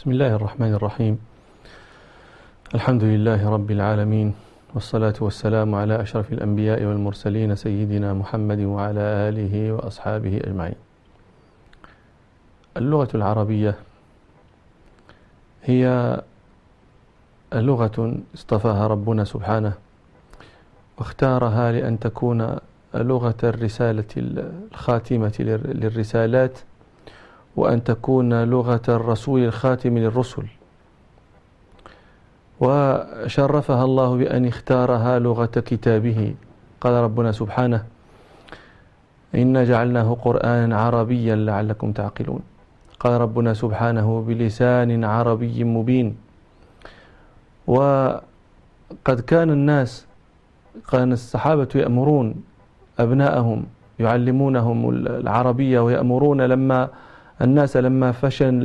بسم الله الرحمن الرحيم. الحمد لله رب العالمين، والصلاة والسلام على أشرف الأنبياء والمرسلين سيدنا محمد وعلى آله وأصحابه أجمعين. اللغة العربية هي لغة اصطفاها ربنا سبحانه واختارها لأن تكون لغة الرسالة الخاتمة للرسالات، وأن تكون لغة الرسول الخاتم للرسل، وشرفها الله بأن اختارها لغة كتابه. قال ربنا سبحانه: إنا جعلناه قرآنا عربيا لعلكم تعقلون. قال ربنا سبحانه: بلسان عربي مبين. وقد كان الصحابة يأمرون أبناءهم يعلمونهم العربية، ويأمرون لما فشل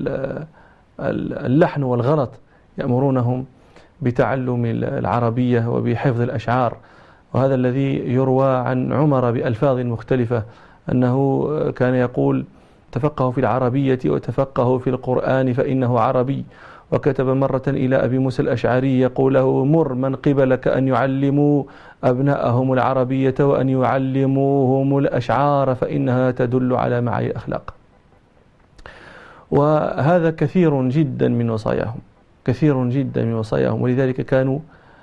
اللحن والغلط يأمرونهم بتعلم العربية وبحفظ الأشعار. وهذا الذي يروى عن عمر بألفاظ مختلفة أنه كان يقول: تفقهوا في العربية وتفقهوا في القرآن فإنه عربي. وكتب مرة إلى أبي موسى الأشعري يقول له: مر من قبلك أن يعلموا أبناءهم العربية وأن يعلموهم الأشعار فإنها تدل على معالي الأخلاق. وهذا كثير جدا من وصاياهم، ولذلك كانوا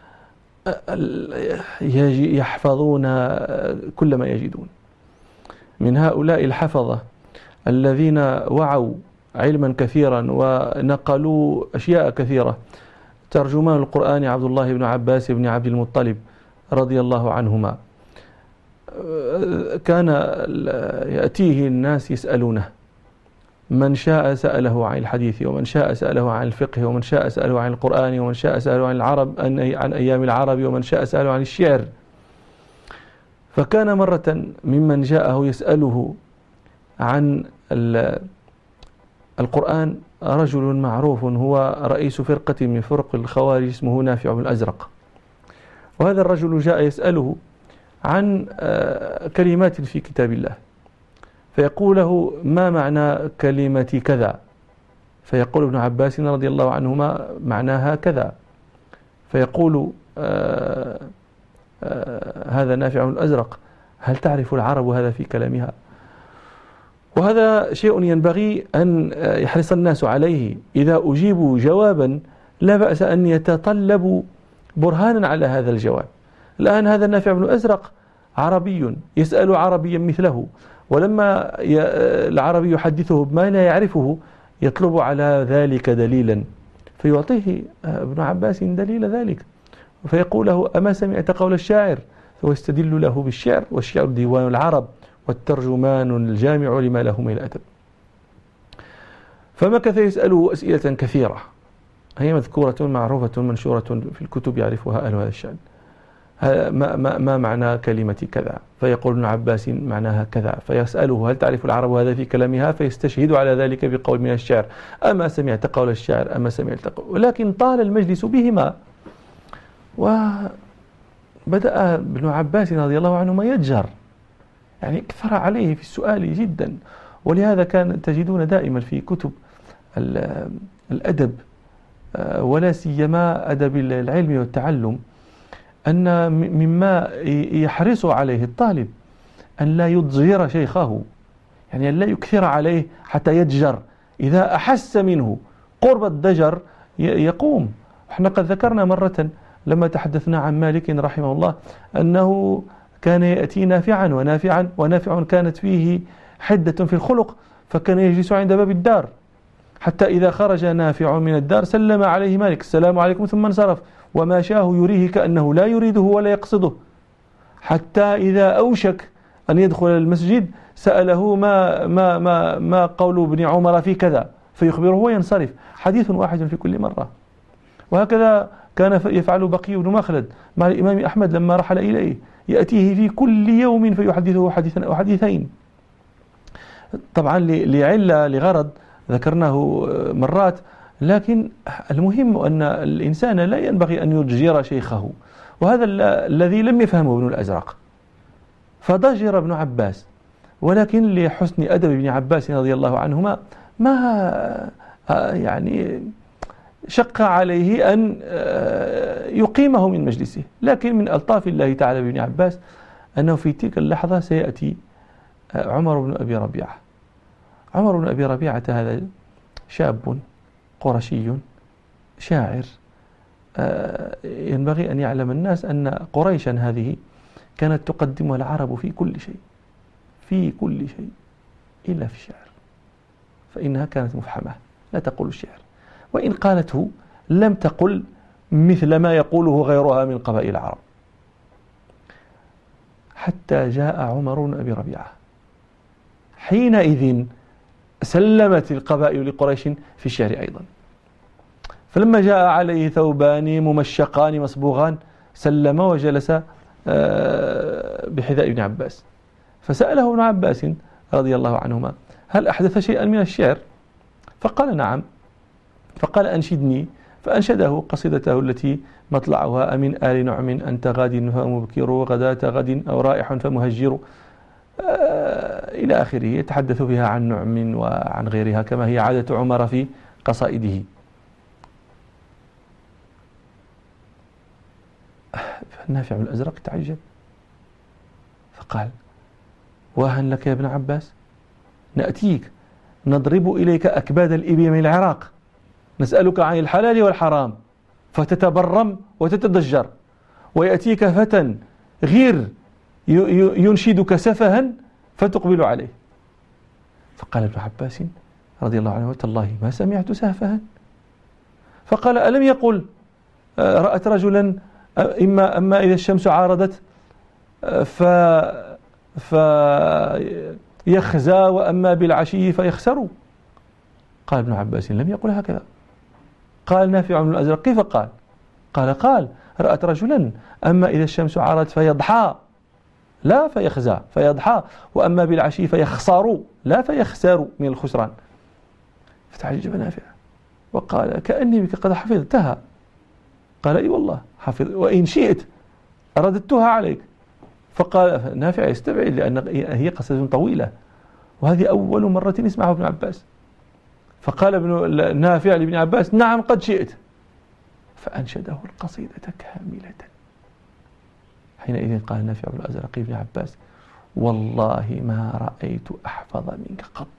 يحفظون كل ما يجدون. من هؤلاء الحفظة الذين وعوا علما كثيرا ونقلوا أشياء كثيرة ترجمان القرآن عبد الله بن عباس بن عبد المطلب رضي الله عنهما. كان يأتيه الناس يسألونه، من شاء سأله عن الحديث، ومن شاء سأله عن الفقه، ومن شاء سأله عن القرآن، ومن شاء سأله عن أيام العرب، ومن شاء سأله عن الشعر. فكان مرة ممن جاءه يسأله عن القرآن رجل معروف هو رئيس فرقة من فرق الخوارج اسمه نافع بن الأزرق. وهذا الرجل جاء يسأله عن كلمات في كتاب الله، فيقول له: ما معنى كلمة كذا؟ فيقول ابن عباس رضي الله عنهما: معناها كذا. فيقول هذا نافع بن الأزرق: هل تعرف العرب هذا في كلامها؟ وهذا شيء ينبغي أن يحرص الناس عليه. إذا أجيبوا جوابا لا بأس أن يتطلبوا برهانا على هذا الجواب. الآن هذا النافع بن الأزرق عربي يسأل عربيا مثله، ولما العربي يحدثه بما لا يعرفه يطلب على ذلك دليلا، فيعطيه ابن عباس دليل ذلك، فيقول له: أما سمعت قول الشاعر؟ فيستدل له بالشعر، والشعر ديوان العرب، والترجمان الجامع لما له من الأدب. فمكث يسأله أسئلة كثيرة هي مذكورة معروفة منشورة في الكتب يعرفها أهل هذا الشأن. ما معنى كلمة كذا؟ فيقول ابن عباس: معناها كذا. فيسأله: هل تعرف العرب هذا في كلامها؟ فيستشهد على ذلك بقول من الشعر: أما سمعت قول الشاعر؟ أما سمعت قول. ولكن طال المجلس بهما، وبدأ ابن عباس رضي الله عنهما يجهر، يعني كثر عليه في السؤال جدا. ولهذا كان تجدون دائما في كتب الأدب ولا سيما أدب العلم والتعلم أن مما يحرص عليه الطالب أن لا يضجر شيخه، يعني أن لا يكثر عليه حتى يضجر. إذا أحس منه قرب الضجر يقوم. احنا قد ذكرنا مرة لما تحدثنا عن مالك رحمه الله أنه كان يأتي ونافع كانت فيه حدة في الخلق، فكان يجلس عند باب الدار حتى إذا خرج نافع من الدار سلم عليه مالك: السلام عليكم، ثم انصرف، وماشاه يريه كأنه لا يريده ولا يقصده، حتى إذا أوشك أن يدخل المسجد سأله: ما قول ابن عمر في كذا؟ فيخبره وينصرف. حديث واحد في كل مرة. وهكذا كان يفعل بقي بن مخلد مع الإمام أحمد لما رحل إليه، يأتيه في كل يوم فيحدثه حديثا أو حديثين، طبعا لغرض ذكرناه مرات. لكن المهم أن الإنسان لا ينبغي أن يضجر شيخه، وهذا الذي لم يفهمه ابن الأزرق، فضجر ابن عباس. ولكن لحسن أدب ابن عباس رضي الله عنهما ما يعني شق عليه أن يقيمه من مجلسه. لكن من ألطاف الله تعالى بابن عباس أنه في تلك اللحظة سيأتي عمر بن أبي ربيعة. عمر بن أبي ربيعة هذا شاب قرشي شاعر. ينبغي أن يعلم الناس أن قريشا هذه كانت تقدمها العرب في كل شيء، في كل شيء إلا في الشعر، فإنها كانت مفحمة لا تقول الشعر، وإن قالته لم تقل مثل ما يقوله غيرها من قبائل العرب. حتى جاء عمر بن أبي ربيعة، حينئذ سلمت القبائل لقريش في الشعر أيضا. فلما جاء عليه ثوبان ممشقان مصبوغان سلم وجلس بحذاء ابن عباس، فسأله ابن عباس رضي الله عنهما: هل أحدث شيئا من الشعر؟ فقال: نعم. فقال: أنشدني. فأنشده قصيدته التي مطلعها: أمن آل نعم أنت غاد فمبكر غداة غد أو رائح فمهجر، إلى آخره، يتحدث فيها عن نعم وعن غيرها كما هي عادة عمر في قصائده. فالنافع بن الأزرق تعجب فقال: واهن لك يا ابن عباس، نأتيك نضرب إليك أكباد الإبل من العراق، نسألك عن الحلال والحرام فتتبرم وتتضجر، ويأتيك فتى غير ينشدك سفها فتقبل عليه. فقال ابن عباس رضي الله عنه: تالله ما سمعت سفها. فقال: ألم يقل رأت رجلا أما إذا الشمس عارضت فيخزى وأما بالعشي فيخسر؟ قال ابن عباس: لم يقل هكذا. قال نافع بن الأزرق: كيف قال؟ قال رأت رجلا أما إذا الشمس عارضت فيضحى لا فيخزى، فيضحى، وأما بالعشي فيخسر لا فيخسر من الخسران. فتعجب نافع وقال: كأني بك قد حفظتها. قال: اي والله حفظ، وإن شئت رددتها عليك. فقال نافع يستبعد لأن هي قصة طويلة وهذه أول مرة يسمعها ابن عباس. فقال ابن نافع لابن عباس: نعم قد شئت. فأنشده القصيدة كاملة. حينئذ قال نافع بن الأزرق ابن عباس: والله ما رأيت أحفظ منك قط.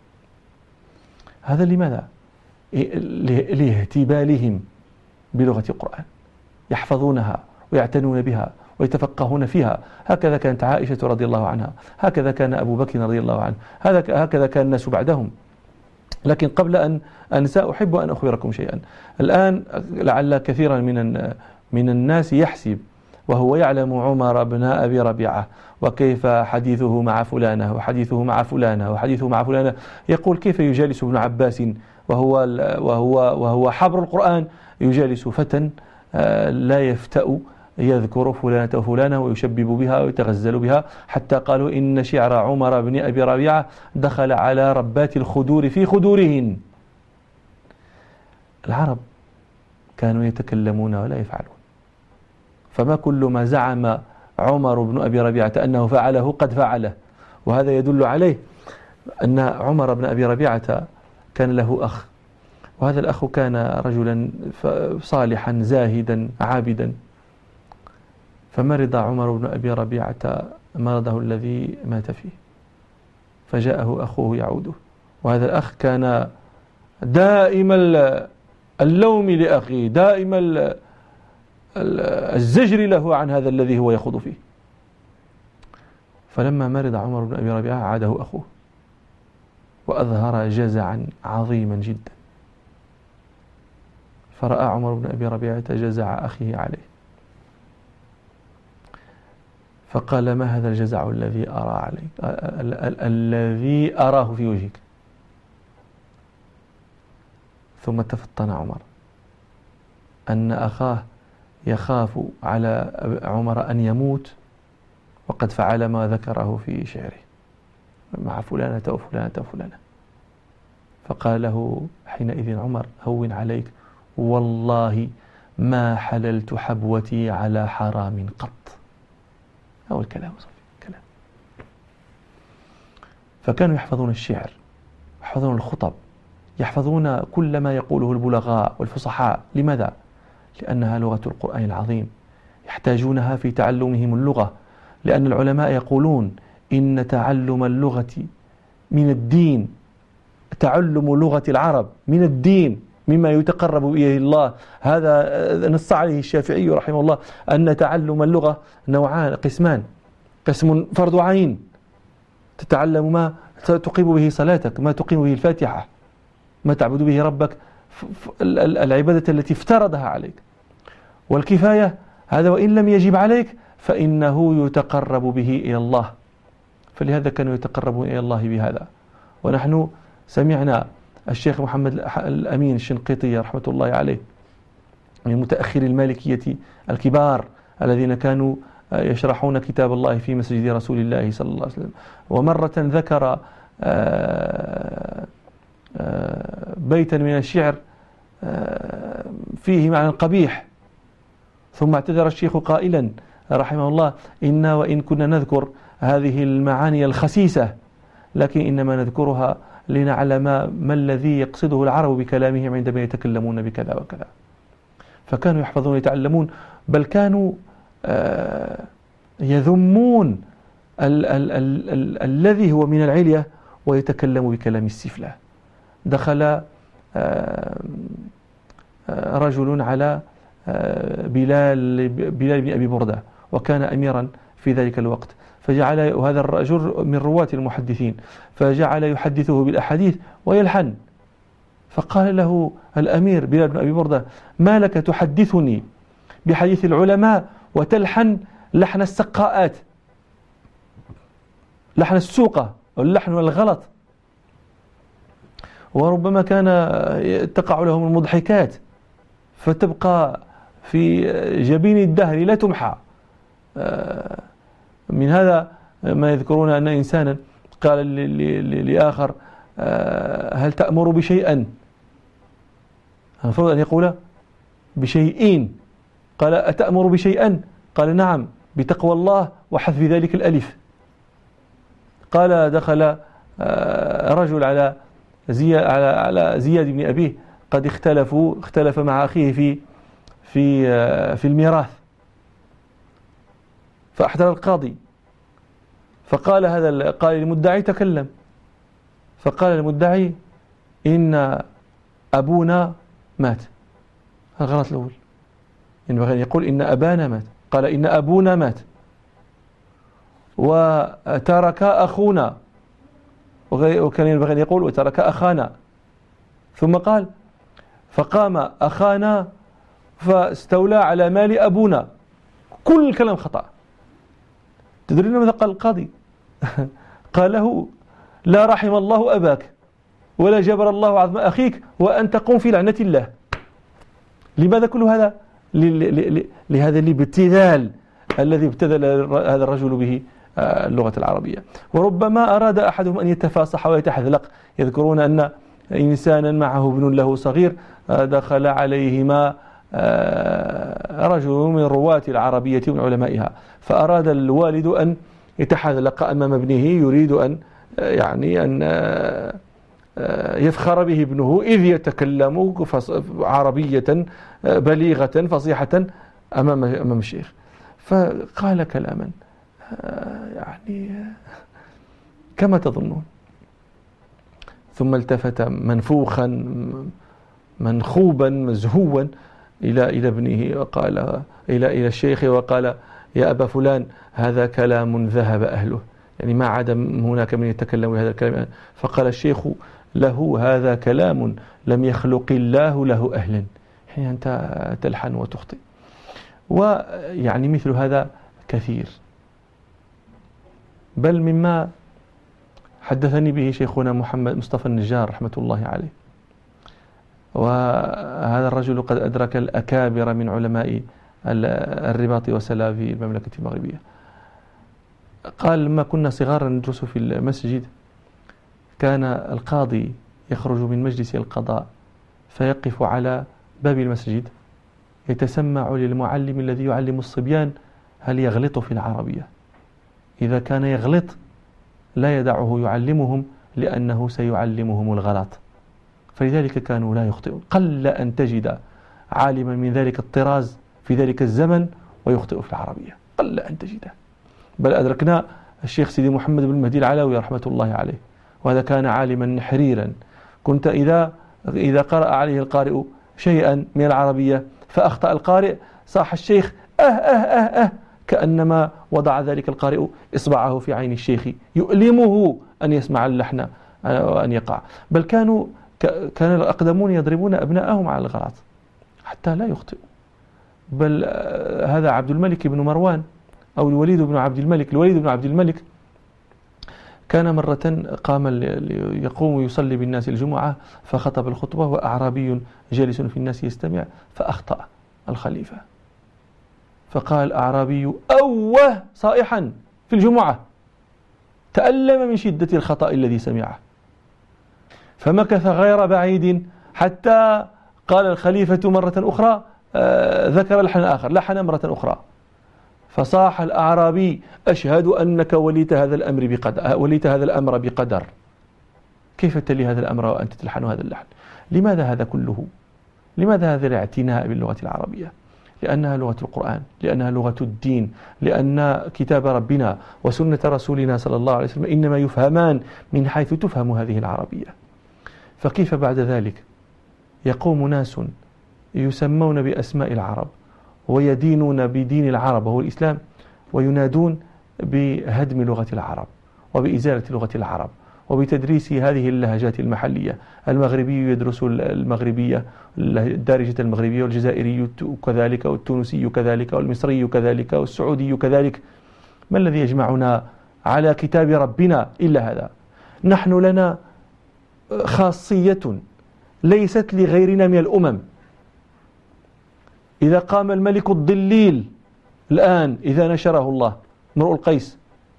هذا لماذا؟ لاهتبالهم بلغة القرآن، يحفظونها ويعتنون بها ويتفقهون فيها. هكذا كانت عائشة رضي الله عنها، هكذا كان أبو بكر رضي الله عنه، هكذا كان الناس بعدهم. لكن قبل أن أنسى أحب أن أخبركم شيئا. الآن لعل كثيرا من الناس يحسب وهو يعلم عمر بن أبي ربيعة وكيف حديثه مع فلانة وحديثه مع فلانة وحديثه مع فلانة، يقول: كيف يجالس ابن عباس وهو حبر القرآن يجالس فتى لا يفتأ يذكر فلانة وفلانة ويشبب بها ويتغزل بها، حتى قالوا إن شعر عمر بن أبي ربيعة دخل على ربات الخدور في خدورهن. العرب كانوا يتكلمون ولا يفعلون، فما كل ما زعم عمر بن أبي ربيعة أنه فعله قد فعله. وهذا يدل عليه أن عمر بن أبي ربيعة كان له أخ، وهذا الأخ كان رجلا صالحا زاهدا عابدا. فمرض عمر بن أبي ربيعة مرضه الذي مات فيه، فجاءه أخوه يعوده، وهذا الأخ كان دائم اللوم لأخيه، دائم الزجر له عن هذا الذي هو يخوض فيه. فلما مرض عمر بن أبي ربيعة عاده أخوه وأظهر جزعا عظيما جدا، فرأى عمر بن أبي ربيعة جزع أخيه عليه، فقال: ما هذا الجزع الذي أرى عليك الذي أراه في وجهك؟ ثم تفطن عمر أن أخاه يخاف على عمر أن يموت وقد فعل ما ذكره في شعره مع فلانة وفلانة وفلانة. فقال له حينئذ عمر: هون عليك، والله ما حللت حبوتي على حرام قط. هو الكلام صفي كلام. فكانوا يحفظون الشعر، يحفظون الخطب، يحفظون كل ما يقوله البلغاء والفصحاء. لماذا؟ لأنها لغة القرآن العظيم، يحتاجونها في تعلمهم اللغة، لأن العلماء يقولون إن تعلم اللغة من الدين، تعلم لغة العرب من الدين، مما يتقرب إليه الله. هذا نص عليه الشافعي رحمه الله، أن تعلم اللغة نوعان، قسمان: قسم فرض عين، تتعلم ما تقيم به صلاتك، ما تقيم به الفاتحة، ما تعبد به ربك، العبادة التي افترضها عليك. والكفاية، هذا وإن لم يجب عليك فإنه يتقرب به إلى الله، فلهذا كانوا يتقربون إلى الله بهذا. ونحن سمعنا الشيخ محمد الأمين الشنقيطي رحمة الله عليه من متأخر المالكية الكبار الذين كانوا يشرحون كتاب الله في مسجد رسول الله صلى الله عليه وسلم، ومرة ذكر بيتا من الشعر فيه معنى قبيح، ثم اعتذر الشيخ قائلا رحمه الله: إنا وإن كنا نذكر هذه المعاني الخسيسة لكن إنما نذكرها لنعلم ما الذي يقصده العرب بكلامهم عندما يتكلمون بكذا وكذا. فكانوا يحفظون ويتعلمون، بل كانوا يذمون الذي هو من العلية ويتكلم بكلام السفلى. دخل رجل على بلال بن أبي بردة، وكان أميرا في ذلك الوقت، فجعل، وهذا الرجل من رواة المحدثين، فجعل يحدثه بالأحاديث ويلحن. فقال له الأمير بلال بن أبي بردة: ما لك تحدثني بحديث العلماء وتلحن لحن السقاءات، لحن السوقة واللحن والغلط، وربما كان تقع لهم المضحكات فتبقى في جبين الدهر لا تمحى. من هذا ما يذكرون أن إنسانا قال لآخر: هل تأمر بشيئا؟ المفروض أن يقول بشيئين. قال: أتأمر بشيئا؟ قال: نعم، بتقوى الله وحذف ذلك الألف. قال: دخل رجل على زياد بن أبيه، قد اختلف مع أخيه في الميراث، فأحضر القاضي، فقال قال المدعي: تكلم. فقال المدعي: إن أبونا مات. الغلط الأول، ينبغي أن يقول إن أبانا مات. قال: إن أبونا مات وترك أخونا، وكان ينبغي أن يقول وترك أخانا. ثم قال: فقام أخانا فاستولى على مال أبونا. كل الكلام خطأ. تدرون ماذا قال القاضي؟ قال له: لا رحم الله أباك ولا جبر الله عظم أخيك وأن تقوم في لعنة الله. لماذا كل هذا؟ لهذا الابتذال الذي ابتذل هذا الرجل به اللغة العربية. وربما أراد أحدهم أن يتفاصح ويتحذلق. يذكرون أن إنسانا معه ابن له صغير، دخل عليهما رجل من رواة العربية ومن علمائها، فأراد الوالد أن يتحذلق أمام ابنه، يريد أن يفخر به ابنه إذ يتكلم عربية بليغة فصيحة أمام الشيخ. فقال كلاما كما تظنون، ثم التفت منفوخا منخوبا مزهوا إلى ابنه، وقال إلى الشيخ، وقال: يا أبا فلان، هذا كلام ذهب أهله، يعني ما عاد هناك من يتكلم بهذا الكلام. فقال الشيخ له: هذا كلام لم يخلق الله له أهلا، يعني أنت تلحن وتخطئ. ويعني مثل هذا كثير، بل مما حدثني به شيخنا محمد مصطفى النجار رحمة الله عليه، وهذا الرجل قد أدرك الأكابر من علماء الرباط وسلا في المملكة المغربية. قال: لما كنا صغارا ندرس في المسجد، كان القاضي يخرج من مجلس القضاء فيقف على باب المسجد يتسمع للمعلم الذي يعلم الصبيان هل يغلط في العربية. إذا كان يغلط لا يدعه يعلمهم، لأنه سيعلمهم الغلط، فلذلك كانوا لا يخطئون. قل أن تجد عالما من ذلك الطراز في ذلك الزمن ويخطئ في العربية، قل أن تجده. بل أدركنا الشيخ سيدي محمد بن مهدي العلوي رحمة الله عليه، وهذا كان عالما حريرا. كنت إذا قرأ عليه القارئ شيئا من العربية فأخطأ القارئ صاح الشيخ كأنما وضع ذلك القارئ إصبعه في عين الشيخ يؤلمه أن يسمع اللحن وأن يقع. بل كان الأقدمون يضربون أبناءهم على الغلط حتى لا يخطئوا. بل هذا عبد الملك بن مروان أو الوليد بن عبد الملك كان مرة قام يقوم يصلي بالناس الجمعة فخطب الخطبة وأعرابي جالس في الناس يستمع فأخطأ الخليفة، فقال أعرابي أوه صائحا في الجمعة، تألم من شدة الخطأ الذي سمعه، فمكث غير بعيد حتى قال الخليفة مرة أخرى ذكر لحن مرة أخرى، فصاح الأعرابي أشهد أنك وليت هذا الأمر بقدر، كيف تلي هذا الأمر وأنت تلحن هذا اللحن؟ لماذا هذا كله؟ لماذا هذا الاعتناء باللغة العربية؟ لأنها لغة القرآن، لأنها لغة الدين، لأن كتاب ربنا وسنة رسولنا صلى الله عليه وسلم إنما يفهمان من حيث تفهم هذه العربية. فكيف بعد ذلك يقوم ناس يسمون بأسماء العرب ويدينون بدين العرب وهو الإسلام وينادون بهدم لغة العرب وبإزالة لغة العرب وبتدريس هذه اللهجات المحلية؟ المغربي يدرس المغربية، الدارجة المغربية، والجزائري كذلك، والتونسي كذلك، والمصري كذلك، والسعودي كذلك. ما الذي يجمعنا على كتاب ربنا إلا هذا؟ نحن لنا خاصية ليست لغيرنا من الأمم. إذا قام الملك الضليل الآن إذا نشره الله امرؤ القيس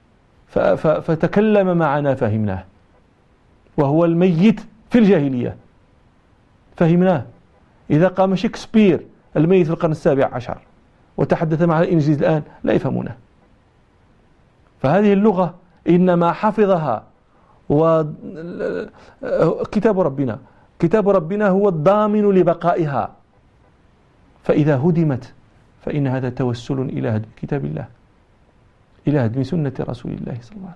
فتكلم معنا فهمناه، وهو الميت في الجاهلية فهمناه. إذا قام شكسبير الميت في القرن 17 وتحدث مع الإنجليز الآن لا يفهمونه. فهذه اللغة إنما حفظها كتاب ربنا هو الضامن لبقائها، فإذا هدمت فإن هذا توسل إلى هدم كتاب الله، إلى هدم سنة رسول الله صلى الله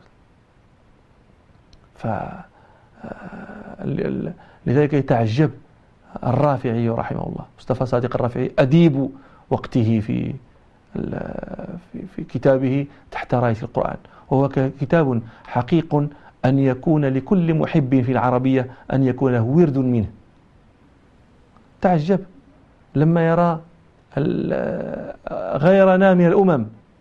عليه وسلم. لذلك يتعجب الرافعي رحمه الله، مصطفى صادق الرافعي أديب وقته في كتابه تحت راية القرآن، وهو كتاب حقيق أن يكون لكل محب في العربية أن يكون له ورد منه. تعجب لما يرى غيرنا من الأمم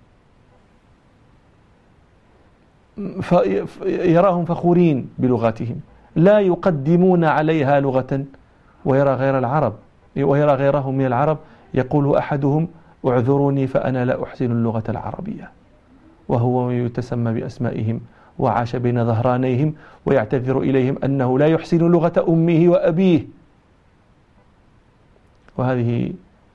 يراهم فخورين بلغاتهم لا يقدمون عليها لغة، ويرى غيرهم من العرب يقول أحدهم اعذروني فأنا لا أحسن اللغة العربية، وهو يتسمى بأسمائهم وعاش بين ظهرانيهم ويعتذر إليهم أنه لا يحسن لغة أمه وأبيه. وهذه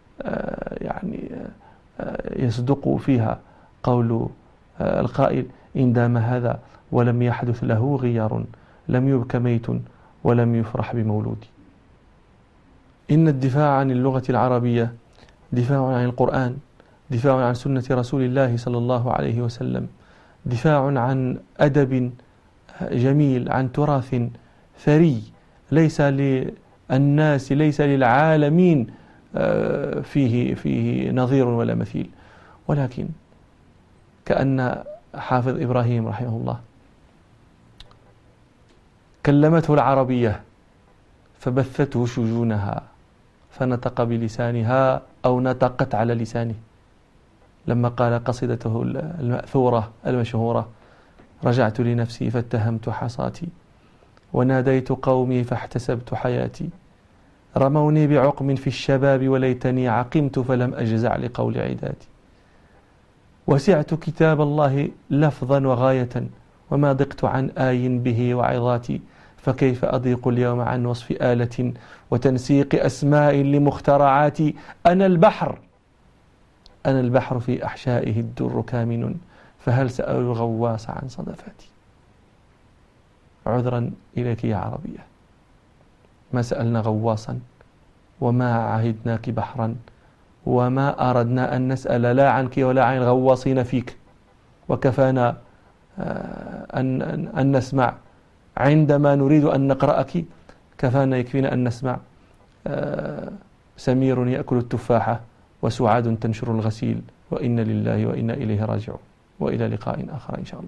يصدق فيها قول القائل إن دام هذا ولم يحدث له غيار لم يبك ميت ولم يفرح بمولود. إن الدفاع عن اللغة العربية دفاع عن القرآن، دفاع عن سنة رسول الله صلى الله عليه وسلم، دفاع عن أدب جميل، عن تراث ثري ليس للناس ليس للعالمين فيه نظير ولا مثيل. ولكن كأن حافظ إبراهيم رحمه الله كلمته العربية فبثته شجونها فنطق بلسانها أو نطقت على لسانه، لما قال قصيدته المأثورة المشهورة رجعت لنفسي فاتهمت حصاتي وناديت قومي فاحتسبت حياتي، رموني بعقم في الشباب وليتني عقمت فلم أجزع لقول عداتي، وسعت كتاب الله لفظا وغاية وما ضقت عن آي به وعظاتي، فكيف أضيق اليوم عن وصف آلة وتنسيق أسماء لمخترعاتي، أنا البحر في أحشائه الدر كامن فهل سأل الغواص عن صدفاتي. عذرا إليك يا عربية، ما سألنا غواصا وما عهدناك بحرا وما أردنا أن نسأل لا عنك ولا عن غواصين فيك، وكفانا أن نسمع عندما نريد أن نقرأك، كفانا يكفينا أن نسمع سمير يأكل التفاحة وسعاد تنشر الغسيل وإن لله وإنا إليه راجعون. وإلى لقاء آخر إن شاء الله.